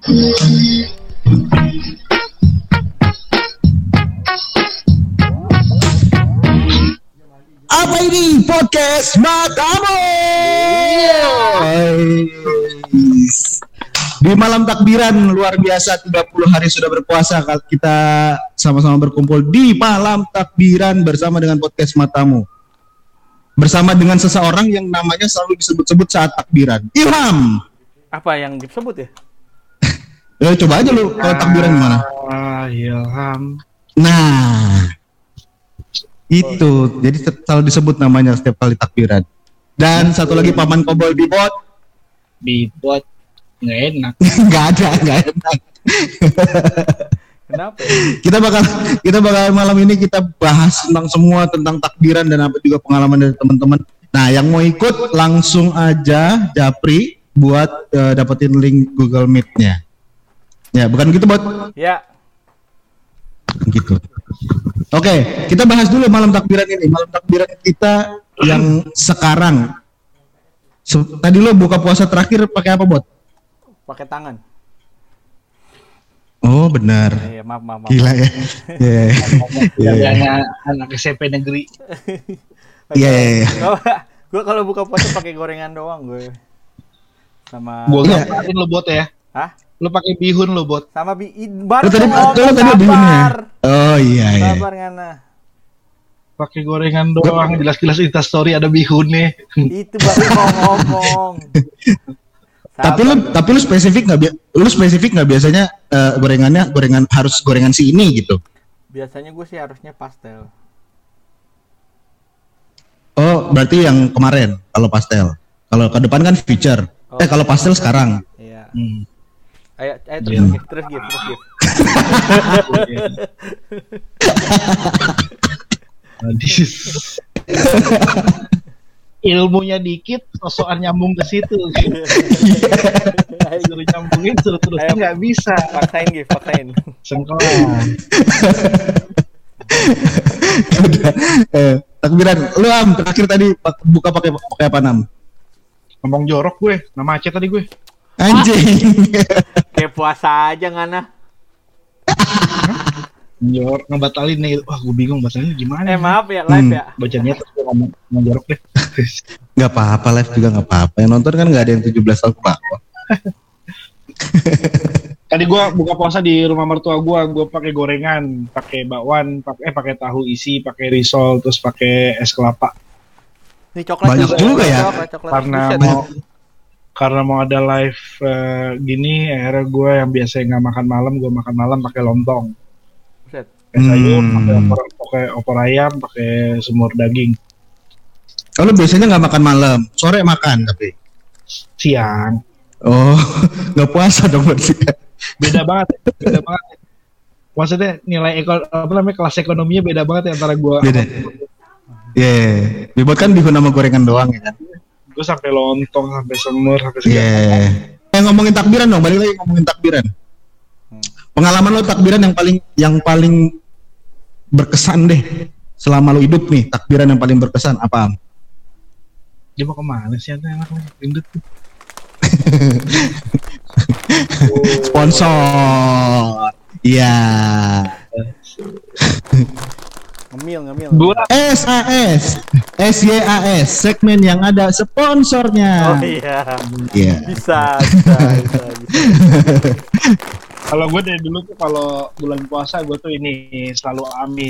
Apa ini podcast Matamu? Di malam takbiran luar biasa 30 hari sudah berpuasa, kita sama-sama berkumpul di malam takbiran bersama dengan podcast Matamu. Bersama dengan seseorang yang namanya selalu disebut-sebut saat takbiran. Ilham. Apa yang disebut ya? Ya coba aja lu kalau takbiran gimana? Ilham. Nah, itu jadi selalu disebut namanya setiap kali takbiran. Dan satu lagi Paman Kobol Bibot nggak enak. nggak enak. Kenapa? Kita bakal malam ini kita bahas tentang takbiran dan apa juga pengalaman dari teman-teman. Nah, yang mau ikut langsung aja japri buat dapetin link Google Meet-nya. Ya, bukan gitu, Bot? Ya. Gitu. Oke, kita bahas dulu malam takbiran ini. Malam takbiran kita yang sekarang. Tadi lo buka puasa terakhir pakai apa, Bot? Pakai tangan. Oh, benar. Iya, maaf. Gila ya. Iya. Anak SMP negeri. Iya. Gue kalau buka puasa pakai gorengan doang gue. Sama. Gue ngapain lo Bot ya? Hah? Lo pakai bihun lo Bot. Sama baru tadi sabar. Oh iya. Sabar ngana. Pakai gorengan doang, jelas-jelas Instastory ada bihunnya. Itu baru mau ngomong. Tapi lu spesifik nggak biasanya gorengan harus gorengan si ini gitu. Biasanya gue sih harusnya pastel. Oh, berarti yang kemarin kalau pastel. Kalau ke depan kan feature. Kalau pastel sekarang. Iya. Ayo terus give. Ilmunya dikit, sosokan nyambung ke situ. Suruh nyambungin, suruh terusnya nggak bisa. Paksain. Sengkelan. Takbiran, lu terakhir tadi buka pakai apa Nam? Ngomong jorok gue, nama Aceh tadi gue. Anjing. Kayak puasa aja ngana. Jorok ngebatalin nih. Wah, gue bingung bahasanya gimana. Maaf ya, live ya. Bacanya terus gue ngomong jorok deh. Gak apa-apa, live juga gak apa-apa. Yang nonton kan gak ada yang 17 tahun ke bawah. Tadi gue buka puasa di rumah mertua gue pakai gorengan, pakai bakwan, pakai tahu isi, pakai risol, terus pakai es kelapa. Ini coklat banyak juga ya. Coklat. Karena mau ada live gini, akhirnya gue yang biasa nggak makan malam, gue makan malam pakai lontong. Pakai sayur, pakai opor ayam, pakai semur daging. Kalau biasanya nggak makan malam, sore makan tapi siang. Oh, nggak puasa dong berarti. Beda banget. Maksudnya nilai kelas ekonominya beda banget ya antara gue. Beda. Iya, Bibot kan bihun sama gorengan doang ya kan. Gue sampai lontong, sampai semur, sampai segala. Iya. Ngomongin takbiran dong, balik lagi ngomongin takbiran. Pengalaman lo takbiran yang paling berkesan deh selama lo hidup nih, takbiran yang paling berkesan apa? Dia mau kemana sih anak rindut tuh? Sponsor. Iya. Ngemil. SAS SYAS segmen yang ada sponsornya. Oh iya. Iya. Bisa. Kalau gue dari dulu tuh kalau bulan puasa gue tuh ini selalu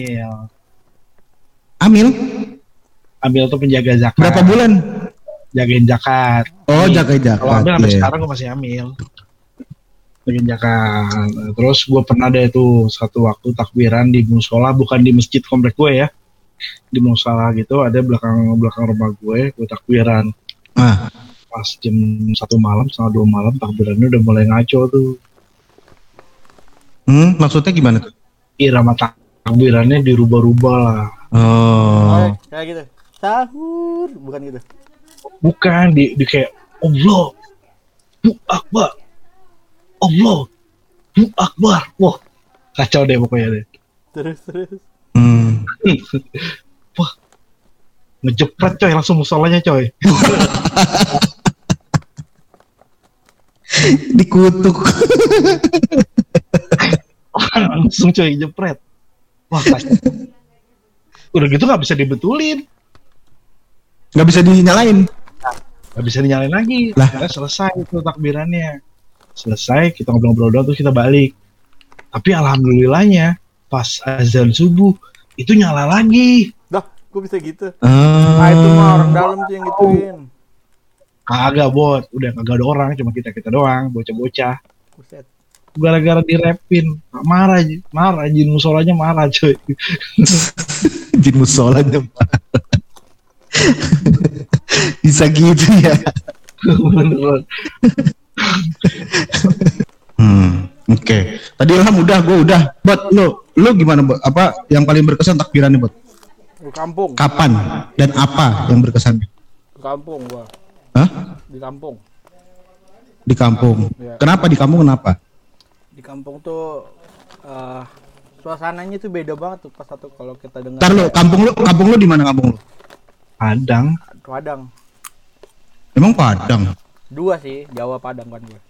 amil tuh penjaga zakat. Berapa bulan? Jagain zakat. Oh, jagain zakat. Kalau amil sampai sekarang gue masih amil. Jagain zakat. Terus gue pernah deh tuh satu waktu takbiran di musola, bukan di masjid komplek gue ya. Di musola gitu ada belakang rumah gue takbiran. Pas jam 1 malam, setengah 2 malam takbirannya udah mulai ngaco tuh. Maksudnya gimana tuh? Irama takbirannya dirubah-rubah lah. Oh. Kayak gitu. Sahur, bukan gitu. Bukan di kayak Allahu Akbar. Allahu Akbar. Wah, kacau deh pokoknya deh. Terus. Wah, ngejepret coy, langsung musolanya coy. Dikutuk. Langsung coy jepret. Wah, udah gitu nggak bisa dibetulin, Nggak bisa dinyalain. nggak bisa dinyalain lagi. Lah. Akhirnya selesai itu takbirannya. Selesai, kita ngobrol-ngobrol doang terus kita balik. Tapi alhamdulillahnya pas azan subuh itu nyala lagi. Dah, kok bisa gitu? Ah, itu mah orang dalam tuh yang gituin. Kagak bot, udah kagak ada orang, cuma kita doang, bocah-bocah. Buset. Gara-gara direpin, marah, jin musolanya marah coy. Jin musolanya. Bisa gitu ya. Beneran. Oke. Tadi Ilham udah, gue udah. Bot, lu gimana, Bot? Apa yang paling berkesan takbirannya, Bot? Di kampung. Kapan dan apa yang berkesan? Di kampung gua. Hah? Di kampung. Di kampung. Ya. Kenapa di kampung? Kenapa? Di kampung tuh suasananya tuh beda banget tuh pas satu kalau kita dengar. Ntar kampung lu di mana kampung lu? Padang. Padang. Emang Padang? Dua sih, Jawa Padang kan gue.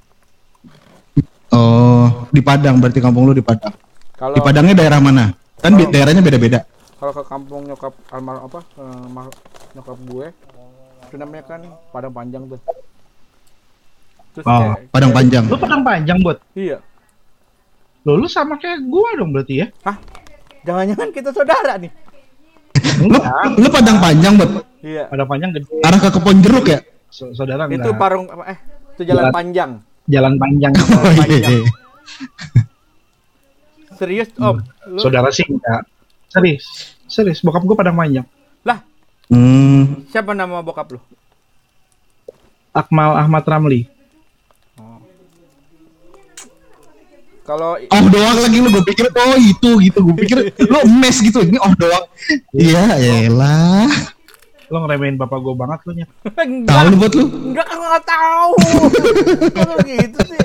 Oh, di Padang berarti kampung lu di Padang. Kalau Di Padangnya daerah mana? Kan daerahnya beda-beda. kalau ke kampung nyokap nyokap gue itu namanya kan Padang Panjang tuh. Terus Oh, Padang Panjang. Lu Padang Panjang bot. iya. Lu sama kayak gua dong berarti ya? Hah? Jangan-jangan kita saudara nih. Lu Padang Panjang, Bot. Iya. Padang Panjang gede. Arah ke Kebon Jeruk ya? Saudara enggak? Itu itu jalan Jalan- panjang. Jalan panjang. Oh iya. Serius, Om? Lu? Saudara sih enggak. Serius, bokap gua Padang Panjang. Lah, siapa nama bokap lu? Akmal Ahmad Ramli. Kalau Oh doang lagi lu, gue pikir oh itu gitu, gue pikir lu mes gitu, ini oh doang. Iya, elah. Lo ngeremehin bapak gua banget lu nyet. Tahu lu Bot lu? Enggak, kan nggak tahu. Kalau gitu sih.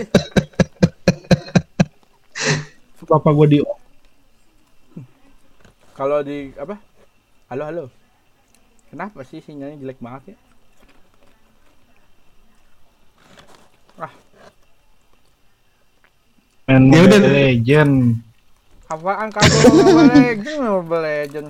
Bapak gua di Kalau di apa? Halo. Kenapa sih sinyalnya jelek banget ya? main Ya udah. Mobile Legend. Apaan kamu Mobile Legend?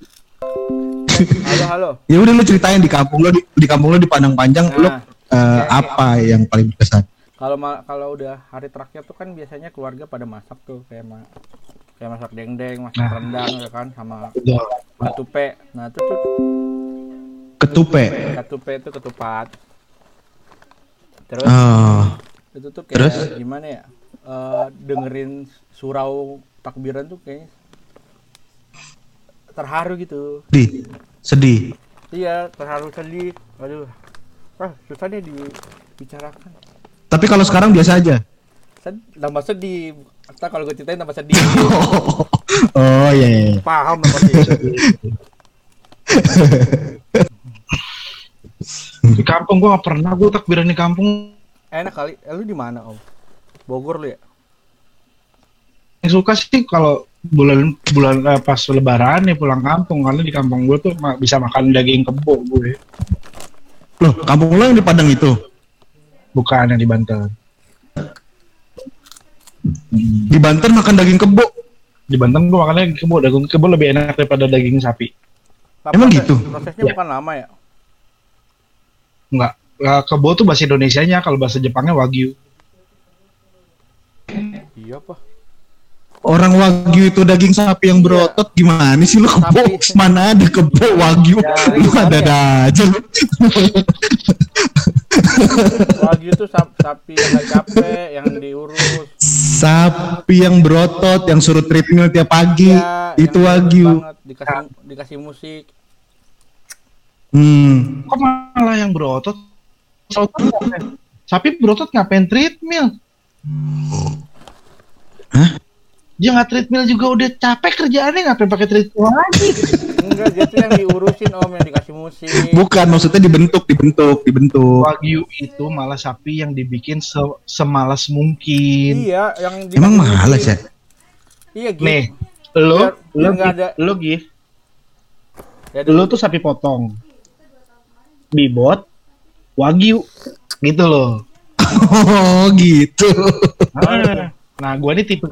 Halo. Ya udah lu ceritain di kampung lu di kampung lu di Padang Panjang lu Nah, apa yang paling berkesan? kalau udah hari terakhir tuh kan biasanya keluarga pada masak tuh kayak masak dendeng, masak rendang ya kan sama ketupe. Nah, itu tuh Ketupe. ketupe itu ketupat. Terus Oh. itu tuh kayak Terus? gimana ya? Dengerin surau takbiran tuh kayaknya terharu gitu. Sedih. Iya, terharu sedih. Aduh. Susah deh dibicarakan. Tapi kalau sekarang biasa aja. Tambah sedih. Ntar kalau gue ceritain tambah sedih. Oh iya. Paham lah pasti. Di kampung gua nggak pernah gua takbiran di kampung. Enak kali. Lu di mana, Om? Bogor lu ya? Yang suka sih kalau bulan pas lebaran ya pulang kampung, karena di kampung gue tuh bisa makan daging kebo gue. Loh, kampung lu yang di Padang itu? Bukan yang di Banten. Di Banten makan daging kebo. Di Banten gue makannya daging kebo lebih enak daripada daging sapi. Emang gitu? Prosesnya Ya. bukan lama ya? Enggak. Kebo tuh bahasa Indonesianya, kalau bahasa Jepangnya wagyu. Iya, Pak. Orang wagyu itu daging sapi yang berotot gimana sih lu kebo? Sapi. Mana ada kebo wagyu? Ya, Lu gimana ada aja lu. Wagyu itu sapi yang gak capek, yang diurus. Sapi yang berotot yang suruh treadmill tiap pagi. Ya, Itu yang wagyu. banget, dikasih musik. Kok malah yang berotot? Sapi berotot ngapain treadmill? Hah? Dia nggak treadmill juga udah capek kerjaannya, ngapain pakai treadmill lagi? Enggak, dia tuh yang diurusin, Om, yang dikasih musik. Bukan, maksudnya dibentuk. Wagyu itu malah sapi yang dibikin semalas mungkin. Iya, yang Emang dikasih males musik. ya? Iya, gitu. Nih, lo Biar nggak ada. Ya, lo tuh sapi potong, bibot, wagyu, gitu loh. Oh gitu. Nah, gue nih tipe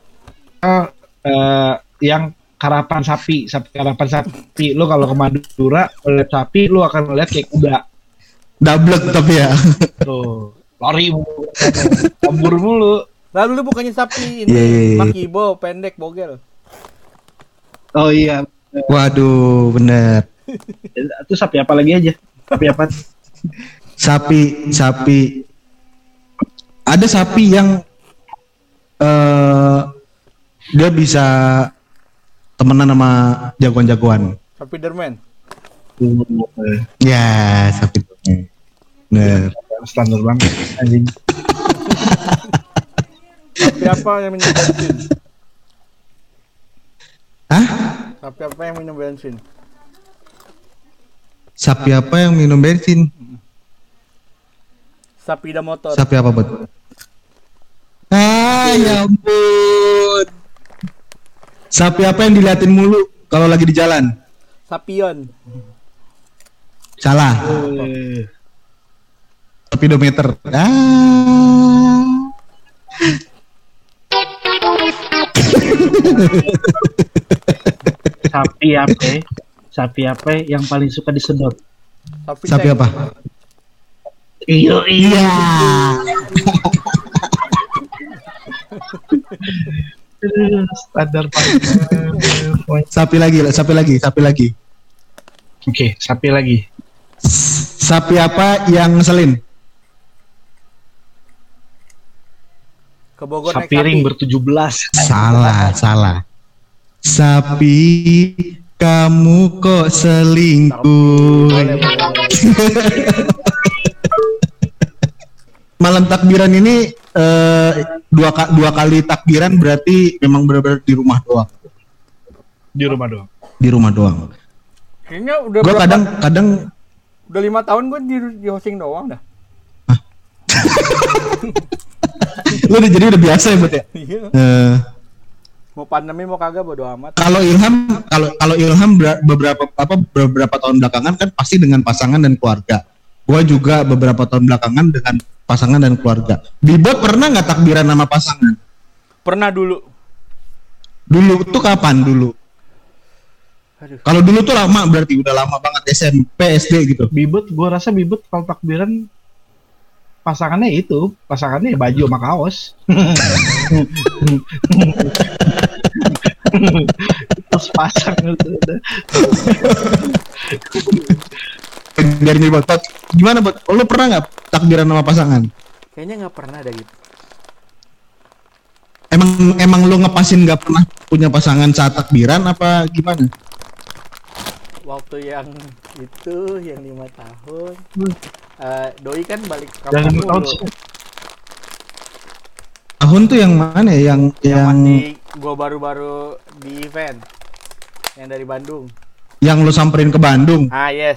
yang karapan sapi karapan sapi. Lu kalau ke Madura lihat sapi, lu akan lihat kayak kuda. Dablek tapi ya. Tuh, lari mulu, kabur mulu. Lalu lu bukannya sapi ini Iya. makibo pendek bogel. Oh iya. Waduh, bener. Itu sapi apa lagi aja? Sapi apa? Sapi. Ada sapi yang dia bisa temenan sama jagoan-jagoan. Sapi derman. Ya, sapi. Bener. Standar banget anjing. Sapi apa yang minum bensin? Hah? Sapi apa yang minum bensin? Sapi apa yang minum bensin? Sapi dan motor. Sapi apa, Bud? Ah, ya ampun. Sapi apa yang diliatin mulu kalau lagi di jalan? Sapion. Salah. Speedometer. Ah. Sapi apa yang paling suka disedot? Sapi tank. apa? Iya. Standar Sapi lagi. Oke, sapi lagi. Sapi apa yang ngeselin? Ke Bogor naik Sapi ring sapi. ber-17. Salah. Sapi, kamu kok selingkuh? Boleh. Malam takbiran ini dua kali takbiran berarti memang benar-benar di rumah doang. Di rumah doang. Di rumah doang. Kayaknya udah Gue berapa- kadang udah 5 tahun gue di hosting doang dah. lu udah biasa ya, Bud ya? Iya. Mau pandemi mau kagak bodo amat. Kalau Ilham beberapa tahun belakangan kan pasti dengan pasangan dan keluarga. Gua juga beberapa tahun belakangan dengan pasangan dan keluarga. Bibot pernah nggak takbiran sama pasangan? Pernah dulu. Dulu tuh kapan dulu? Aduh. Kalau dulu tuh lama berarti udah lama banget SMP SD gitu. Bibut, gue rasa Bibut kalau takbiran pasangannya baju sama kaos. Terus pasang itu. Dari Bibot. Gimana, Bot? Lu pernah nggak takbiran sama pasangan? Kayaknya nggak pernah ada gitu. Emang lu ngepasin nggak pernah punya pasangan saat takbiran apa gimana? Waktu yang itu yang 5 tahun. Doi kan balik ke Dan kampung 5 tahun dulu. sih. Tahun tuh yang mana ya? Yang masih gua baru-baru di event yang dari Bandung. Yang lu samperin ke Bandung. Ah yes,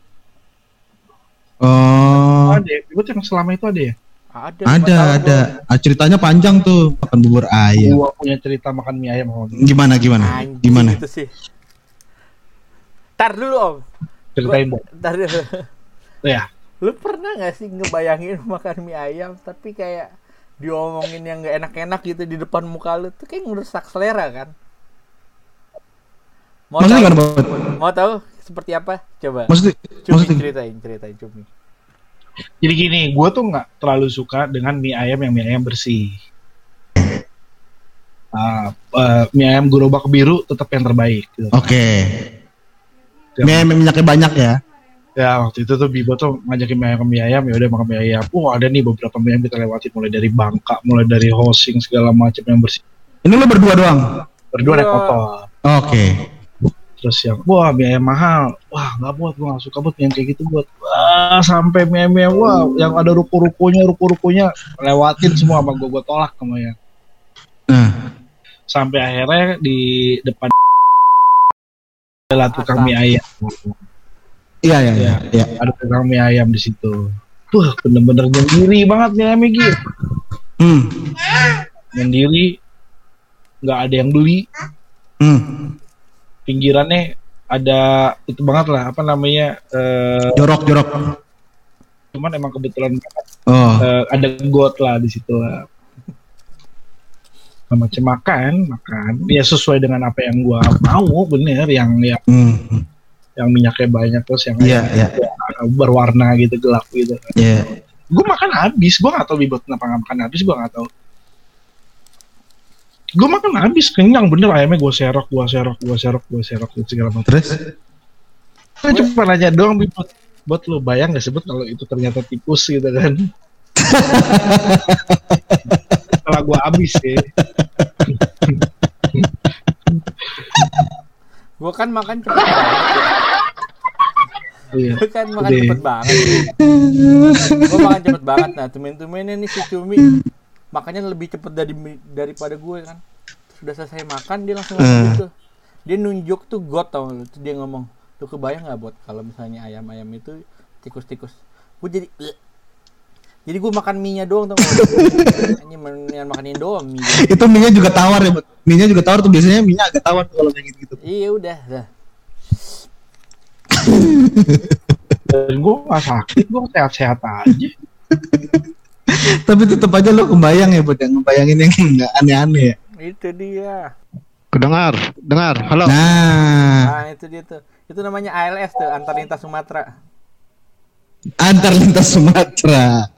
Oh, Ada ya? Bibut yang selama itu ada ya? ada. 5 tahun ada. Ah, ceritanya panjang tuh, makan bubur ayam. Gua punya cerita makan mie ayam sama dia. Gimana? Anjing, Gimana? Itu sih. Tar dulu om. Ceritain dong. Tar dulu. Ya. Lu pernah nggak sih ngebayangin makan mie ayam tapi kayak diomongin yang nggak enak-enak gitu di depan muka lu tuh kayak ngerusak selera kan? Maksudnya gimana, Bot? Mau tahu seperti apa? Coba. Maksudnya Ceritain Cumi. Jadi gini, gue tuh nggak terlalu suka dengan mie ayam bersih. Mie ayam gerobak biru tetap yang terbaik. Gitu. Oke. Mie ayam yang minyaknya banyak ya. Ya waktu itu tuh Bibo tuh ngajakin mie ayam, ya udah makan mie ayam. Ada nih beberapa mie ayam kita lewatin, mulai dari Bangka, mulai dari Hosing segala macam yang bersih. Ini lu berdua doang. Berdua naik motor. Oke. Terus yang mie ayam mahal. Nggak buat, gue nggak suka buat mie ayam kayak gitu buat. Sampai mie ayam yang ada ruko-rukonya lewatin semua sama gue tolak semuanya. Nah, Sampai akhirnya di depan adalah tukang mie ayam. iya. Ada tukang mie ayam di situ. Bener-bener nyendiri banget mie ayamnya gitu. Nyendiri, nggak ada yang beli. Pinggirannya ada itu banget lah, apa namanya? Jorok. Cuman emang kebetulan Oh. Ada got lah di situ lah. Macam makan ya sesuai dengan apa yang gua mau, bener, yang minyaknya banyak terus yang berwarna gitu, gelap gitu. Gua makan habis, gua nggak tahu Bibot kenapa nggak makan habis, gua nggak tahu. Gua makan habis, kenyang bener, ayamnya gua serok segala macam. Terus? Saya cuma nanya doang, Bibot, Bot lo bayang nggak sebut kalau itu ternyata tikus gitu kan? Setelah gua habis ya. Gua kan makan cepet banget. Gua kan makan cepet banget. Gua makan cepet banget. Nah, temen-temennya nih si Cumi makannya lebih cepet daripada gue kan. Sudah selesai makan dia langsung gitu. Dia nunjuk tuh got, tau lu. Dia ngomong, "Lu kebayang enggak, Bot, kalau misalnya ayam-ayam itu tikus-tikus." Gue jadi gue makan mie-nya doang tuh. Ini mendingan makanin doang mie. Itu mie-nya juga tawar ya, mie-nya juga tawar tuh, biasanya mie-nya agak tawar tuh kalau kayak gitu. Iya udah. Gue gak sakit, gue sehat-sehat aja. Tapi tetap aja lo kebayang ya, Bud, yang ngebayangin yang nggak aneh-aneh ya. Itu dia. Dengar, halo. Nah, itu dia tuh. Itu namanya ALS tuh, antar lintas Sumatera. Antar lintas Sumatera.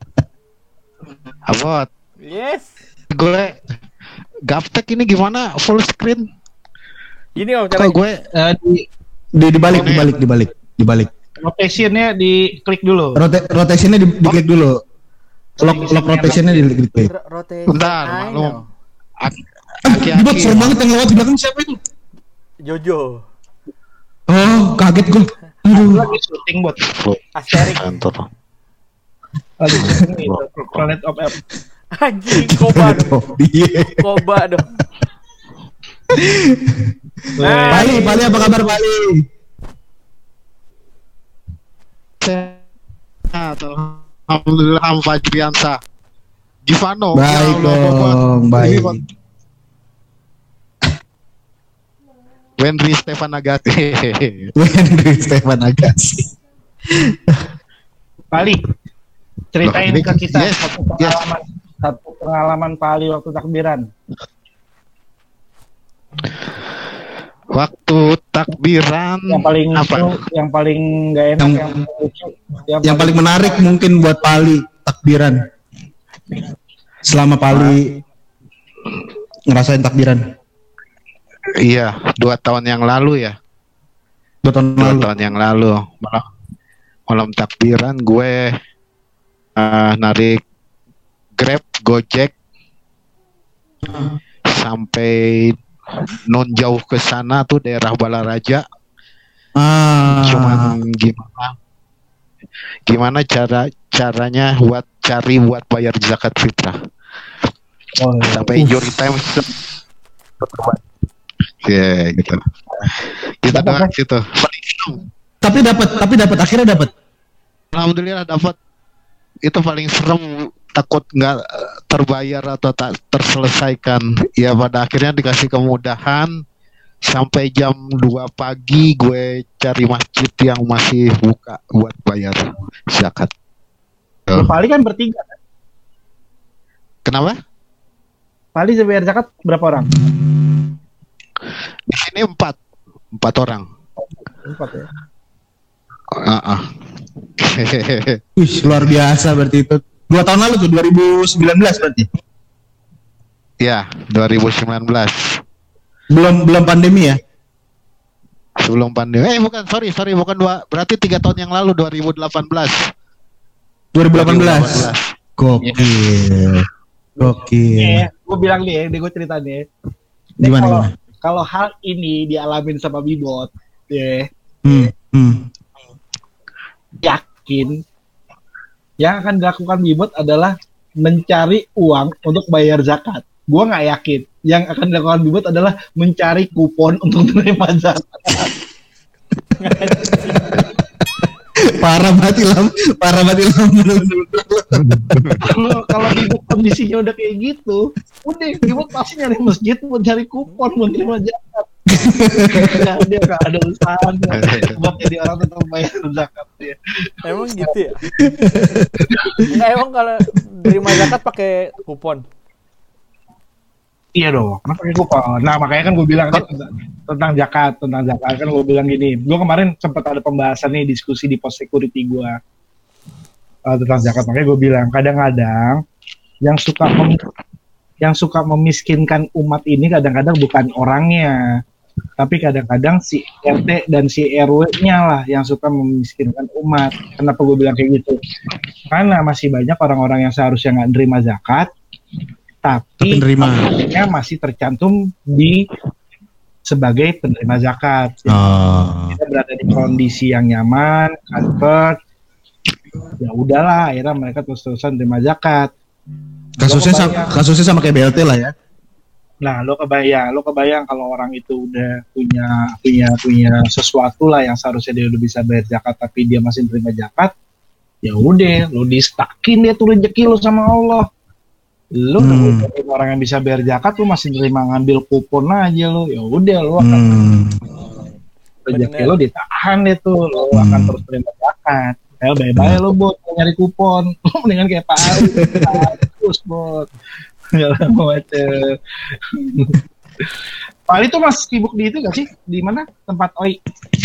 Abot. Yes. Gue gaptek ini gimana full screen? Gini om, Kalau gue dibalik. Rotationnya diklik dulu. Rotationnya diklik dulu. Lock rotationnya diklik. Bentar, maklum. Bibot, serem banget yang lewat di belakang siapa itu? Jojo. Oh, kaget gue. Aduh. Lagi syuting buat Asterix. Kantor. lagi syuting itu Planet of Apes. Anjing, koba dong. Pali, apa kabar Pali? Alhamdulillah, Fajriansa. Givano. Baik dong, baik. Wendry Stefan Agati. Pali, ceritain Loh, ke kita yes, satu pengalaman Pali waktu takbiran. Waktu takbiran Yang paling apa? Yang paling nggak enak, yang paling menarik mungkin buat Pali takbiran. Selama Pali ngerasain takbiran. Iya, 2 tahun yang lalu ya. 2 tahun yang lalu. Malam takbiran gue narik Grab, Gojek sampai non jauh ke sana tuh daerah Balaraja. Cuman gimana caranya buat bayar zakat fitrah. Sampai injury time ya gitu. Kita doang situ. Tapi dapat akhirnya dapat. Alhamdulillah dapat. Itu paling serem, takut nggak terbayar atau tak terselesaikan. Ya pada akhirnya dikasih kemudahan. Sampai jam 2 pagi gue cari masjid yang masih buka buat bayar zakat. Pali kan bertiga kan? Kenapa? Pali bayar zakat berapa orang? Di sini 4 orang. 4 ya. Wih, luar biasa berarti itu. 2 tahun lalu tuh, 2019 berarti. Ya, 2019. Belum pandemi ya? Sebelum pandemi. Bukan, sorry, bukan 2. Berarti 3 tahun yang lalu, 2018. 2018. Gokil. Gue bilang nih, gue cerita nih. Gimana? Kalau hal ini dialamin sama Bibot, ya, yakin yang akan dilakukan Bibot adalah mencari uang untuk bayar zakat. Gua nggak yakin yang akan dilakukan Bibot adalah mencari kupon untuk menerima zakat. Parah banget Ilham. Kalau Bibot kondisinya udah kayak gitu, udah Bibot pasti nyari masjid buat cari kupon buat menerima zakat. Dia nggak ada usaha buat jadi orang tetap bayar zakat dia. Emang gitu ya? Enggak, emang kalau terima zakat pakai kupon. Iya dong, kenapa pakai kupon? Nah makanya kan gue bilang tentang zakat kan gue bilang gini. Gue kemarin sempat ada pembahasan nih, diskusi di post security gue tentang zakat. Makanya gue bilang kadang-kadang yang suka memiskinkan umat ini kadang-kadang bukan orangnya, tapi kadang-kadang si RT dan si RW-nya lah yang suka memiskinkan umat. Kenapa gue bilang kayak gitu? Karena masih banyak orang-orang yang seharusnya nggak nerima zakat, tapi namanya masih tercantum di sebagai penerima zakat. Kita berada di kondisi yang nyaman, comfort, ya udahlah, akhirnya mereka terus-terusan terima zakat. Kasusnya sama kayak BLT lah ya. Nah, lo kebayang kalau orang itu udah punya sesuatu lah yang seharusnya dia udah bisa bayar zakat tapi dia masih terima zakat, ya udah, lo distakin dia tuh rezeki lo sama Allah. Lo orang yang bisa bayar zakat lo masih terima ngambil kupon aja lo, ya udah lo akan rezeki lo ditahan deh tuh, lo akan terus terima zakat. Bye-bye lo bot nyari kupon, lo mendingan kayak Pak Ali terus bot. Jalan macet. Pak Ali tuh masih sibuk di itu gak sih? Di mana tempat OI?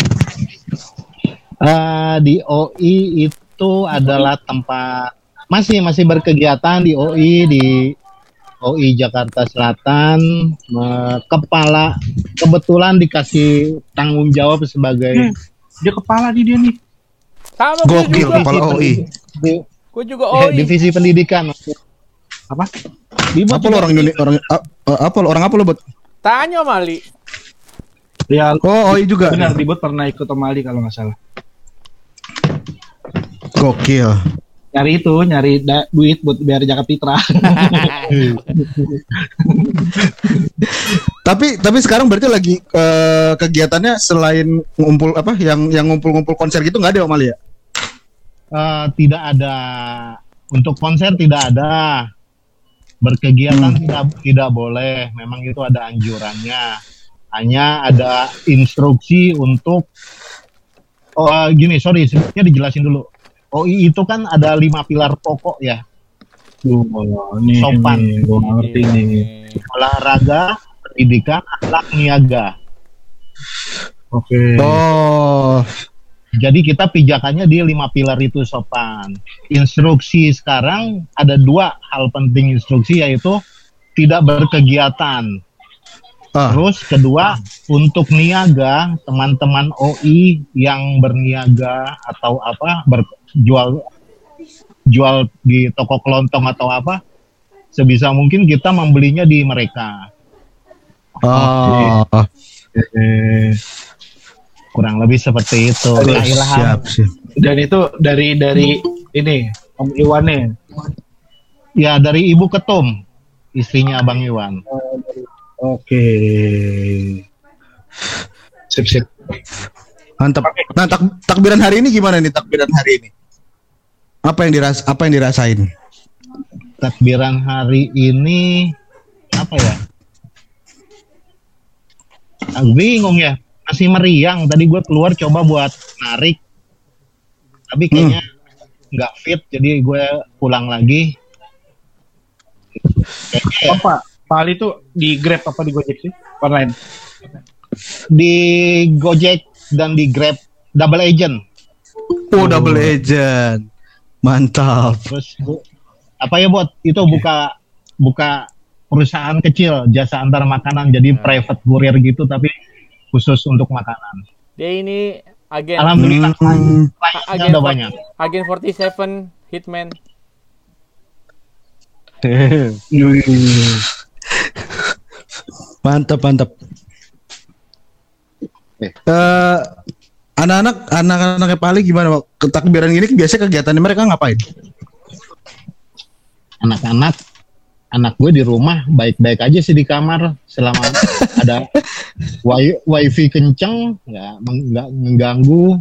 Di OI itu adalah tempat masih berkegiatan di OI Jakarta Selatan. Kepala kebetulan dikasih tanggung jawab sebagai dia kepala dia nih. Sama gokil kepala OI. Gue juga OI. Divisi pendidikan. Apa? Apa lo orang Indonesia orang apa lo buat? Tanya Mali. Ya, OI juga. Benar, Dibut pernah ikut sama Ali kalau nggak salah. Gokil. Nyari duit buat biar Jakarta Pitra. tapi sekarang berarti lagi kegiatannya selain ngumpul apa yang ngumpul-ngumpul konser gitu nggak ada Om Ali ya? Tidak ada. Untuk konser tidak ada. Berkegiatan tidak boleh. Memang itu ada anjurannya. Hanya ada instruksi untuk sebelumnya dijelasin dulu. OI itu kan ada 5 pilar pokok ya. Sopan, gue ngerti nih. Olahraga, pendidikan, akhlak, niaga. Oke. Jadi kita pijakannya di 5 pilar itu sopan. Instruksi sekarang ada 2 hal penting instruksi, yaitu tidak berkegiatan. Terus kedua, untuk niaga, teman-teman OI yang berniaga atau jual di toko kelontong atau apa, sebisa mungkin kita membelinya di mereka. Kurang lebih seperti itu. Siap. Dan itu dari ini Om Iwan nih. Ya, dari Ibu Ketum, istrinya Abang Iwan. Oke. Sip. Mantap. Nah, takbiran hari ini gimana nih takbiran hari ini? Apa yang dirasain? Takbiran hari ini apa ya? Aku bingung ya. Masih meriang. Tadi gue keluar coba buat narik, tapi kayaknya nggak fit, jadi gue pulang lagi. Apa? Pak Ali itu di Grab apa di Gojek sih? Online? Di Gojek dan di Grab double agent. Double agent. Mantap. Terus apa ya buat itu buka perusahaan kecil jasa antar makanan, jadi private courier gitu tapi khusus untuk makanan. Dia ini agen. Alhamdulillah Agen udah banyak. Agen 47 Hitman. Mantap. Anak-anaknya Pali gimana? Takbiran ini biasanya kegiatannya mereka ngapain? Anak gue di rumah baik-baik aja sih di kamar selama ada wifi kenceng, nggak mengganggu.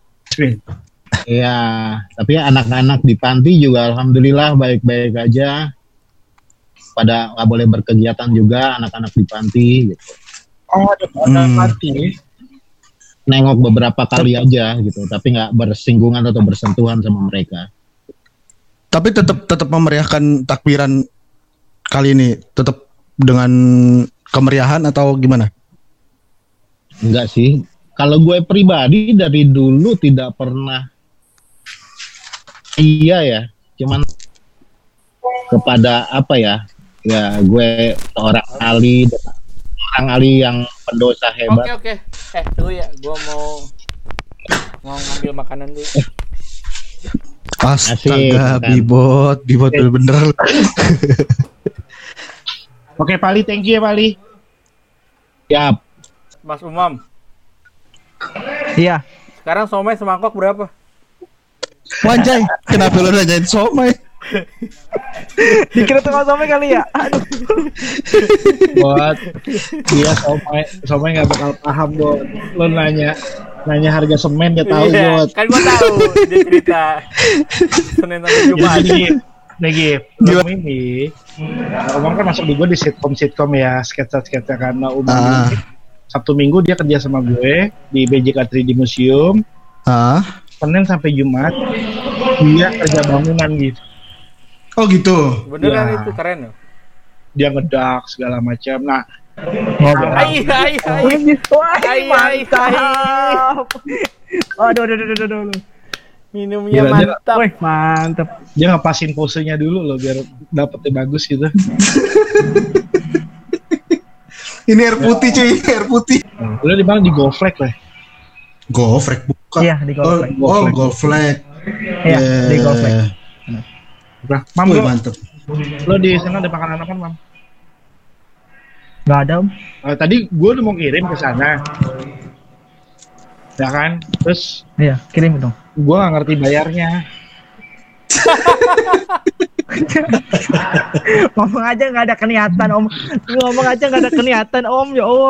Ya, tapi anak-anak di panti juga alhamdulillah baik-baik aja. Pada nggak boleh berkegiatan juga anak-anak di panti gitu. Oh, ada party. Nengok beberapa kali aja gitu, tapi nggak bersinggungan atau bersentuhan sama mereka. Tapi tetap memeriahkan takbiran kali ini, tetap dengan kemeriahan atau gimana? Enggak sih. Kalau gue pribadi dari dulu tidak pernah ya, cuman kepada apa ya? Ya gue seorang Ali yang pendosa hebat. Oke. Tunggu ya, gua mau ngambil makanan dulu. Astaga, Asik, Bibot bener-bener. Oke, Pali, thank you ya, Pali. Siap. Mas Umam, Iya. sekarang somai semangkok berapa? Wanjay, kenapa lu nanyain somai? Dikira tukang somai kali ya. Aduh. Buat dia somai nggak bakal paham, Bot. Lo nanya harga semen dia tahu, Iya, Bot. kan gua tahu dia cerita Senin sampai Jumat. Jadi film ini Umam kan masuk di gue di sitkom ya, sketsa karena Umam ini Sabtu Minggu dia kerja sama gue di BJK 3D Museum. Senin sampai Jumat dia kerja bangunan gitu. Oh gitu. Beneran Ya. itu keren loh. Dia ngedak segala macam. Nah, Ai. Mantap. Aduh. Minumnya Gila, mantap. Wih, mantap. dia ngepasin posenya dulu loh biar dapetnya bagus gitu. Ini air putih cuy, air putih. Nah, lu di mana di GoFlex lah. Golfrek bukan. Iya, di Golfrek. Golfrek. Iya, di Golfrek. Nah, Mam, Wih, lu, mantep. lu di sana ada makanan apa, Mam? Gak ada, Om. Tadi gue udah mau kirim ke sana. Ya kan? Terus Iya, kirim dong. gue gak ngerti bayarnya. Ngomong aja nggak ada keniatan, Om. Ngomong aja nggak ada keniatan, Om. Ya Allah.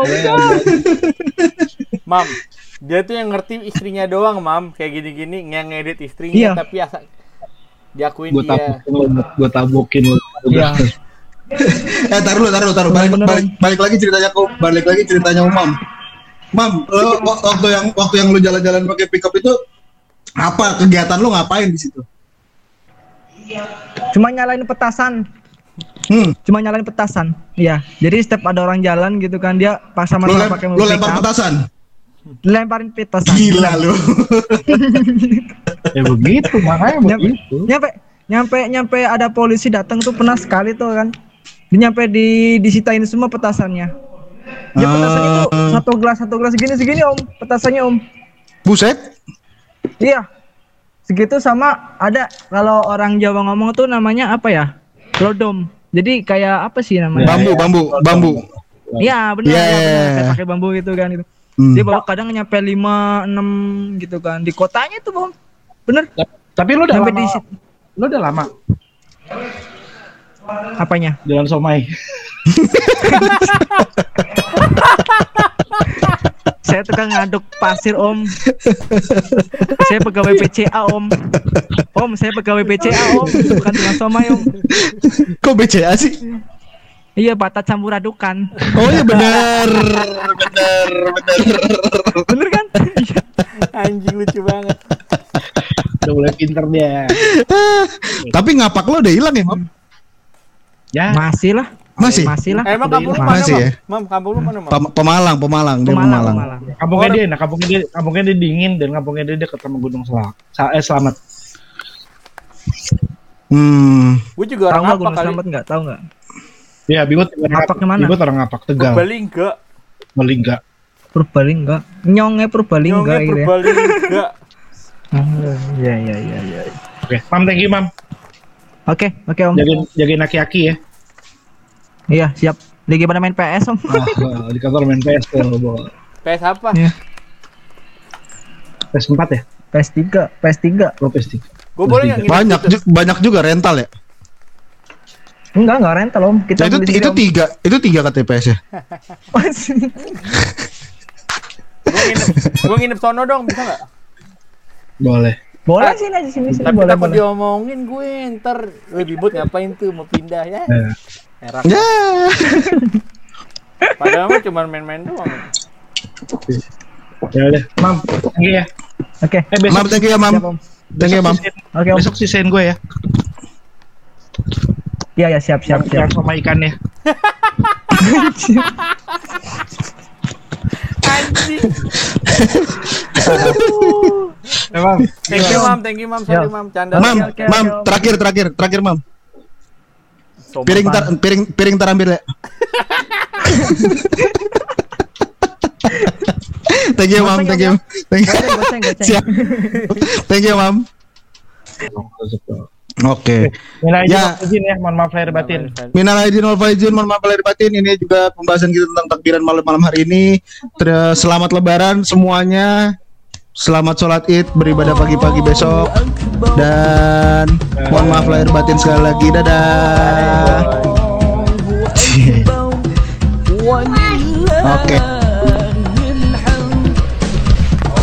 Mam, dia tuh yang ngerti istrinya doang, Mam. Kayak gini-gini ngedit istrinya, Iya. tapi asal diakuin Gue dia. tabukin lu. Iya. Taruh. Balik lagi ceritanya Umam. Mam, lo waktu yang lu jalan-jalan pakai pickup itu apa kegiatan lu ngapain di situ? Cuma nyalain petasan. Iya. Jadi setiap ada orang jalan gitu kan, dia pas sama pakai Lu mobil lempar pickup, petasan. lemparin petasan. Gila lu. Ya begitu, makanya begitu. Nyampe ada polisi datang tuh, pernah sekali tuh kan. Dia nyampe disitain semua petasannya. Ya petasan itu satu gelas segini Om, petasannya Om. Buset. Iya. Segitu sama ada kalau orang Jawa ngomong tuh namanya apa ya? Lodom. Jadi kayak apa sih namanya? Bambu. Iya, benar Yeah. ya, benar. Kayak pakai bambu gitu kan itu. Dia bawa kadang nyampe 5, 6 gitu kan. Di kotanya tuh, Bang. Bener. Tapi lu udah Sampai lama. di situ. Lu udah lama Apanya? jalan somai. Saya tukang ngaduk pasir, Om. Saya pegawai PCA, Om. Om, saya pegawai PCA, Om. Bukan tukang somai, Om. Kok BCA sih? Iya, bata campur adukan. Oh iya benar. Bener kan? Anjing lucu banget. Udah mulai pinter dia. Tapi ngapak lo udah hilang ya, Mam? Ya. Masih lah. Masih? Masih lah. Emang kampung lu mana, Masih Mam? ya? Mam, kampung lu mana, Mam? Pemalang. Dia Pemalang. Kampungnya dia, kampungnya dia dingin dan kampungnya dia dekat sama Gunung Selamat. Gue juga Tahu orang nggak apa Gunung kali? Selamat nggak? Tahu nggak? Ya, Bibot Ngapaknya mana? Bibot orang ngapak Tegal. Purbalingga. Melingga. Purbalingga. Nyongnya Purbalingga Nyongnya gitu ya. Purbalingga. Iya. Oke, Mam, thank you, Mam. Oke, Om. Jagain aki-aki ya. Iya, siap. Lagi pada main PS, Om. Di kantor main PS tuh, Bol. PS apa? Iya. PS4 ya? PS3. Lo PS3. Gue boleh nggak nginep situ? Banyak juga rental ya. Enggak rental, Om. Kita Nah, beli sendiri, Om. itu tiga KTPS ya. Gue nginep sono dong, bisa nggak? Boleh. Boleh sini aja sini Tapi boleh. takut diomongin gue ntar. Bibut ngapain tuh mau pindah ya? Erak. Ya. Padahal mah cuma main-main doang. Ya udah, Mam. Thank you ya. Oke. Besok Mam, thank you ya, Mam. Siap, Om. Thank you, Mam. Oke, Om. Besok sisain gue ya. Iya ya, siap. Yang sama ikannya. Anjing. Ya, Mam. Thank you, Mam. Sorry, Mam. Canda. Mam, oke, Mam, Om. terakhir, Mam. Sombong. Piring tar ambil ya. Thank you, Mam. Thank you. Goceng. Siap. Thank you, Mam. Oke. Minal Ya. izin ya, mohon maaf lahir batin. Minal aidin wal faizin, mohon maaf lahir batin. Ini juga pembahasan kita tentang takbiran malam hari ini. Selamat Lebaran semuanya. Selamat sholat Id, beribadah pagi-pagi besok. Dan mohon maaf lahir batin sekali lagi. Dadah. Oke.